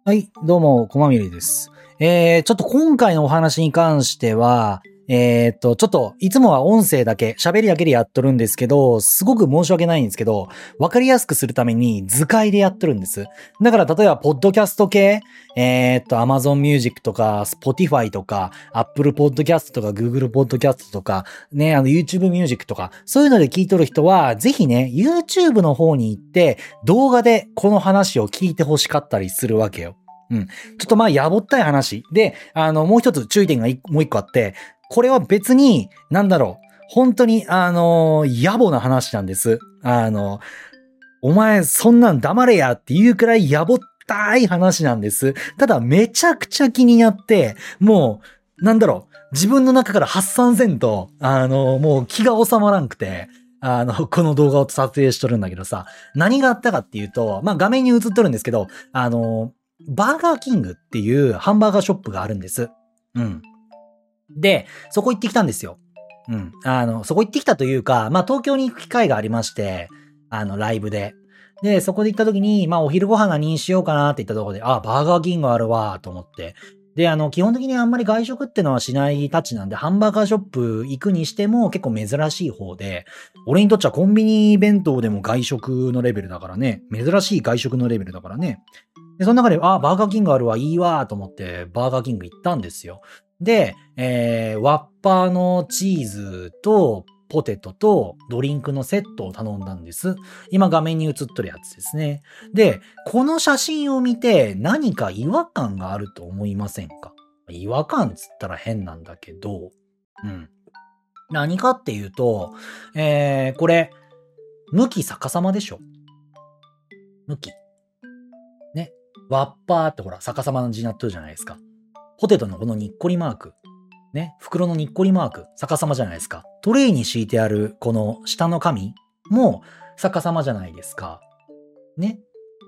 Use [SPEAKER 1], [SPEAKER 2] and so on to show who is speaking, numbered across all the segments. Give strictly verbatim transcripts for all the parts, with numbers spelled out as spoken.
[SPEAKER 1] はい、どうも、こまみれです。えー、ちょっと今回のお話に関しては、えーっと、ちょっと、いつもは音声だけ、喋りだけでやっとるんですけど、すごく申し訳ないんですけど、わかりやすくするために図解でやっとるんです。だから、例えば、ポッドキャスト系、えーっと、Amazon Music とか、Spotify とか、Apple Podcast とか、Google Podcast とか、ね、あの、YouTube Music とか、そういうので聞いとる人は、ぜひね、YouTube の方に行って、動画でこの話を聞いて欲しかったりするわけよ。うん。ちょっとまあ、やぼったい話。で、あの、もう一つ注意点がもう一個あって、これは別に、なんだろう。本当に、あの、野暮な話なんです。あの、お前、そんなん黙れやっていうくらい野暮ったい話なんです。ただ、めちゃくちゃ気になって、もう、なんだろう。自分の中から発散せんと、あの、もう気が収まらんくて、あの、この動画を撮影しとるんだけどさ、何があったかっていうと、まあ、画面に映っとるんですけど、あの、バーガーキングっていうハンバーガーショップがあるんです。うん。で、そこ行ってきたんですよ。うん。あの、そこ行ってきたというか、まあ、東京に行く機会がありまして、あの、ライブで。で、そこで行った時に、まあ、お昼ご飯何にしようかなって言ったところで、あ、バーガーキングあるわ、と思って。で、あの、基本的にあんまり外食ってのはしないたちなんで、ハンバーガーショップ行くにしても結構珍しい方で、俺にとっちゃコンビニ弁当でも外食のレベルだからね、珍しい外食のレベルだからね。で、その中で、あ、バーガーキングあるわ、いいわ、と思って、バーガーキング行ったんですよ。で、えー、ワッパーのチーズと、ポテトとドリンクのセットを頼んだんです。今画面に映っとるやつですね。で、この写真を見て何か違和感があると思いませんか？違和感つったら変なんだけど、うん。何かっていうと、えー、これ、向き逆さまでしょ？向き。ね。ワッパーってほら、逆さまの字になってるじゃないですか。ポテトのこのにっこりマーク。ね。袋のにっこりマーク。逆さまじゃないですか。トレイに敷いてあるこの下の紙も逆さまじゃないですか。ね。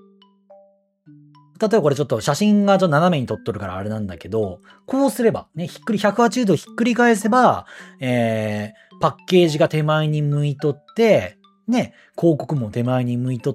[SPEAKER 1] 例えばこれちょっと写真がちょっと斜めに撮っとるからあれなんだけど、こうすれば、ね、ひっくりひゃくはちじゅうどひっくり返せば、えー、パッケージが手前に向いとって、ね、広告も手前に向いとって、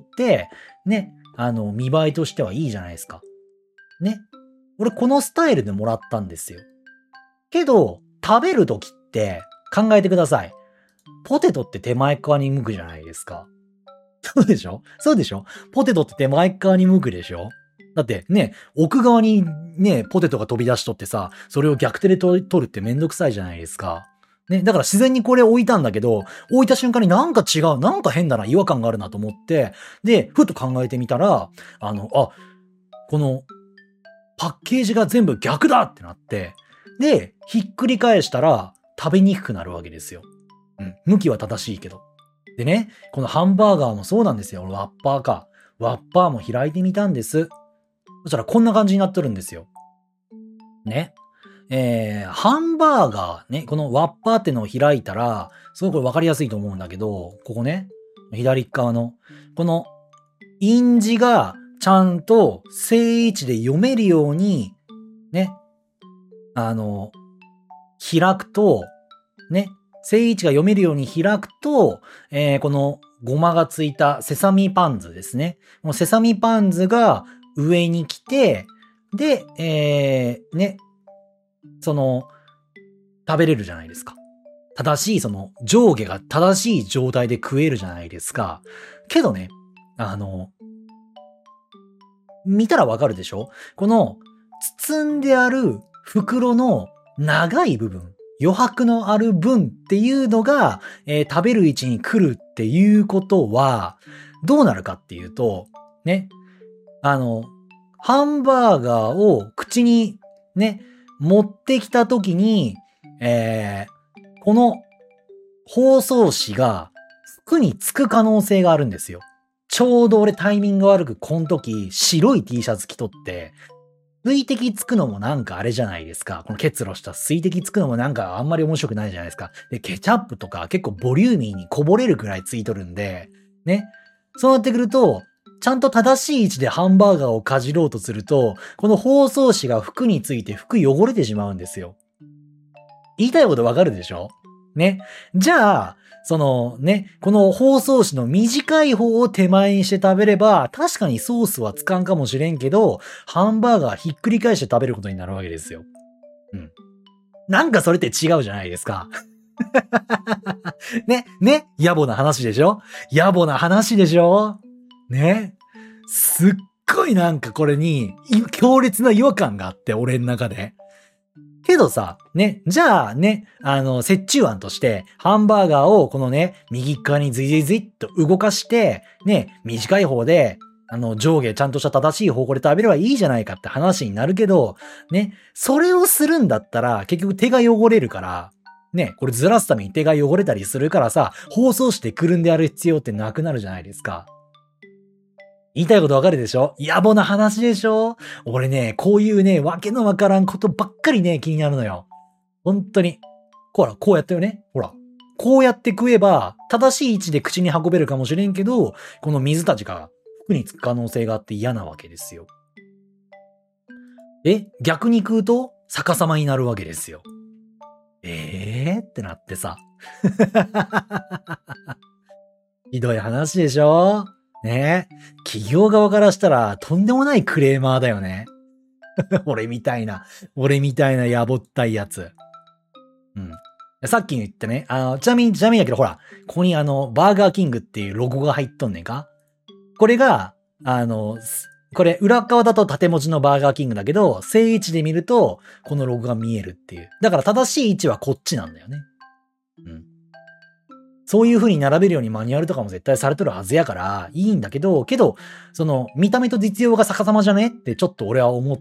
[SPEAKER 1] ね、あの、見栄えとしてはいいじゃないですか。ね。俺このスタイルでもらったんですよ。けど、食べるときって考えてください。ポテトって手前側に向くじゃないですか。そうでしょ？そうでしょ？ポテトって手前側に向くでしょ？だってね、奥側にね、ポテトが飛び出しとってさ、それを逆手で取るってめんどくさいじゃないですか。ね、だから自然にこれ置いたんだけど、置いた瞬間になんか違う、なんか変だな、違和感があるなと思って、で、ふと考えてみたら、あの、あ、このパッケージが全部逆だってなって、で、ひっくり返したら食べにくくなるわけですよ。うん。向きは正しいけど。でね、このハンバーガーもそうなんですよ。ワッパーか。ワッパーも開いてみたんです。そしたらこんな感じになっとるんですよ。ね。えー、ハンバーガーね、このワッパーってのを開いたら、すごくわかりやすいと思うんだけど、ここね、左側の、この印字がちゃんと正位置で読めるように、ね、あの、開くと、ね、正位置が読めるように開くと、えー、このゴマがついたセサミパンズですね。このセサミパンズが上に来て、で、えー、ね、その、食べれるじゃないですか。正しい、その、上下が正しい状態で食えるじゃないですか。けどね、あの、見たらわかるでしょ？この、包んである袋の長い部分、余白のある分っていうのが、えー食べる位置に来るっていうことは、どうなるかっていうと、ね、あの、ハンバーガーを口にね、持ってきたときに、えーこの包装紙が服につく可能性があるんですよ。ちょうど俺タイミング悪くこの時白い T シャツ着とって、水滴つくのもなんかあれじゃないですか。この結露した水滴つくのもなんかあんまり面白くないじゃないですか。で、ケチャップとか結構ボリューミーにこぼれるくらいついとるんで、ね。そうなってくると、ちゃんと正しい位置でハンバーガーをかじろうとすると、この包装紙が服について服汚れてしまうんですよ。言いたいことわかるでしょ？ね。じゃあ、 そのね、この包装紙の短い方を手前にして食べれば、確かにソースはつかんかもしれんけど、ハンバーガーひっくり返して食べることになるわけですよ。うん。なんかそれって違うじゃないですか。ね、ね、野暮な話でしょ？野暮な話でしょ？ね。すっごいなんかこれに強烈な違和感があって、俺の中で。けどさ、ね、じゃあね、あの、折衷案として、ハンバーガーをこのね、右側にズイズイズイっと動かして、ね、短い方で、あの、上下ちゃんとした正しい方向で食べればいいじゃないかって話になるけど、ね、それをするんだったら、結局手が汚れるから、ね、これずらすために手が汚れたりするからさ、包装してくるんでやる必要ってなくなるじゃないですか。言いたいことわかるでしょ？野暮な話でしょ？俺ね、こういうね、わけのわからんことばっかりね、気になるのよ。本当に。ほら、こうやったよね。ほら。こうやって食えば、正しい位置で口に運べるかもしれんけど、この水たちが服につく可能性があって嫌なわけですよ。え、逆に食うと逆さまになるわけですよ。えーってなってさ。ひどい話でしょ？ねえ。企業側からしたらとんでもないクレーマーだよね。俺みたいな、俺みたいなやぼったいやつ。うん。さっき言ったね、あの、ちなみに、ちなみにだけどほら、ここにあの、バーガーキングっていうロゴが入っとんねんか？これが、あの、これ裏側だと縦文字のバーガーキングだけど、正位置で見ると、このロゴが見えるっていう。だから正しい位置はこっちなんだよね。うん。そういう風に並べるようにマニュアルとかも絶対されとるはずやから、いいんだけど、けど、その、見た目と実用が逆さまじゃねってちょっと俺は思って、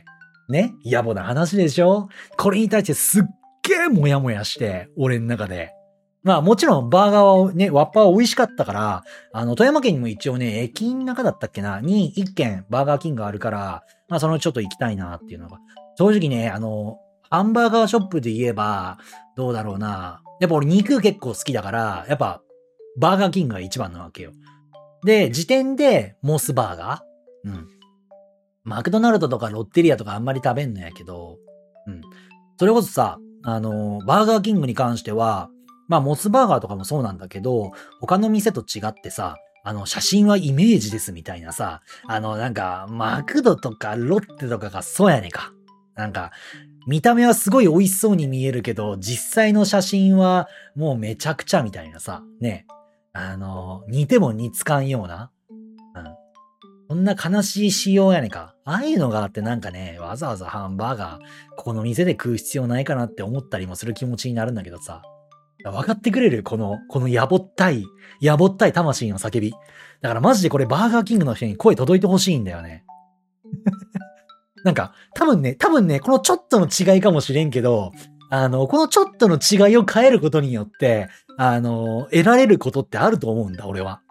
[SPEAKER 1] ね、野暮な話でしょ？これに対してすっげーモヤモヤして、俺の中で。まあもちろんバーガーはね、ワッパーは美味しかったから、あの、富山県にも一応ね、駅の中だったっけな、に一軒バーガーキングあるから、まあそのちょっと行きたいなっていうのが。正直ね、あの、ハンバーガーショップで言えば、どうだろうな。やっぱ俺肉結構好きだから、やっぱ、バーガーキングが一番なわけよ。で、時点で、モスバーガー？うん。マクドナルドとかロッテリアとかあんまり食べんのやけど、うん。それこそさ、あの、バーガーキングに関しては、まあ、モスバーガーとかもそうなんだけど、他の店と違ってさ、あの、写真はイメージですみたいなさ、あの、なんか、マクドとかロッテとかがそうやねんか。なんか、見た目はすごい美味しそうに見えるけど、実際の写真はもうめちゃくちゃみたいなさ、ね。あの、似ても似つかんような。うん。こんな悲しい仕様やねんか。ああいうのがあってなんかね、わざわざハンバーガー、ここの店で食う必要ないかなって思ったりもする気持ちになるんだけどさ。分かってくれる？この、このやぼったい、やぼったい魂の叫び。だからマジでこれバーガーキングの人に声届いてほしいんだよね。なんか、多分ね、多分ね、このちょっとの違いかもしれんけど、あの、このちょっとの違いを変えることによって、あの、得られることってあると思うんだ、俺は。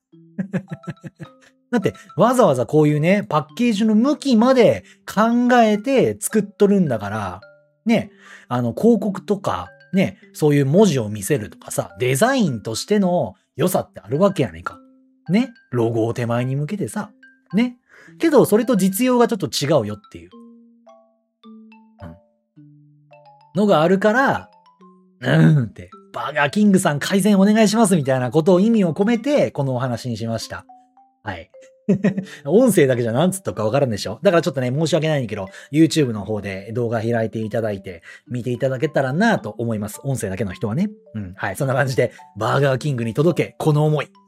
[SPEAKER 1] だって、わざわざこういうね、パッケージの向きまで考えて作っとるんだから、ね、あの、広告とか、ね、そういう文字を見せるとかさ、デザインとしての良さってあるわけやねんか。ね、ロゴを手前に向けてさ、ね。けど、それと実用がちょっと違うよっていう。うん。のがあるから、うーんって、バーガーキングさん改善お願いしますみたいなことを意味を込めて、このお話にしました。はい。音声だけじゃ何つったかわからんでしょ？だからちょっとね、申し訳ないんだけど、YouTube の方で動画開いていただいて、見ていただけたらなと思います。音声だけの人はね。うん。はい。そんな感じで、バーガーキングに届け、この思い。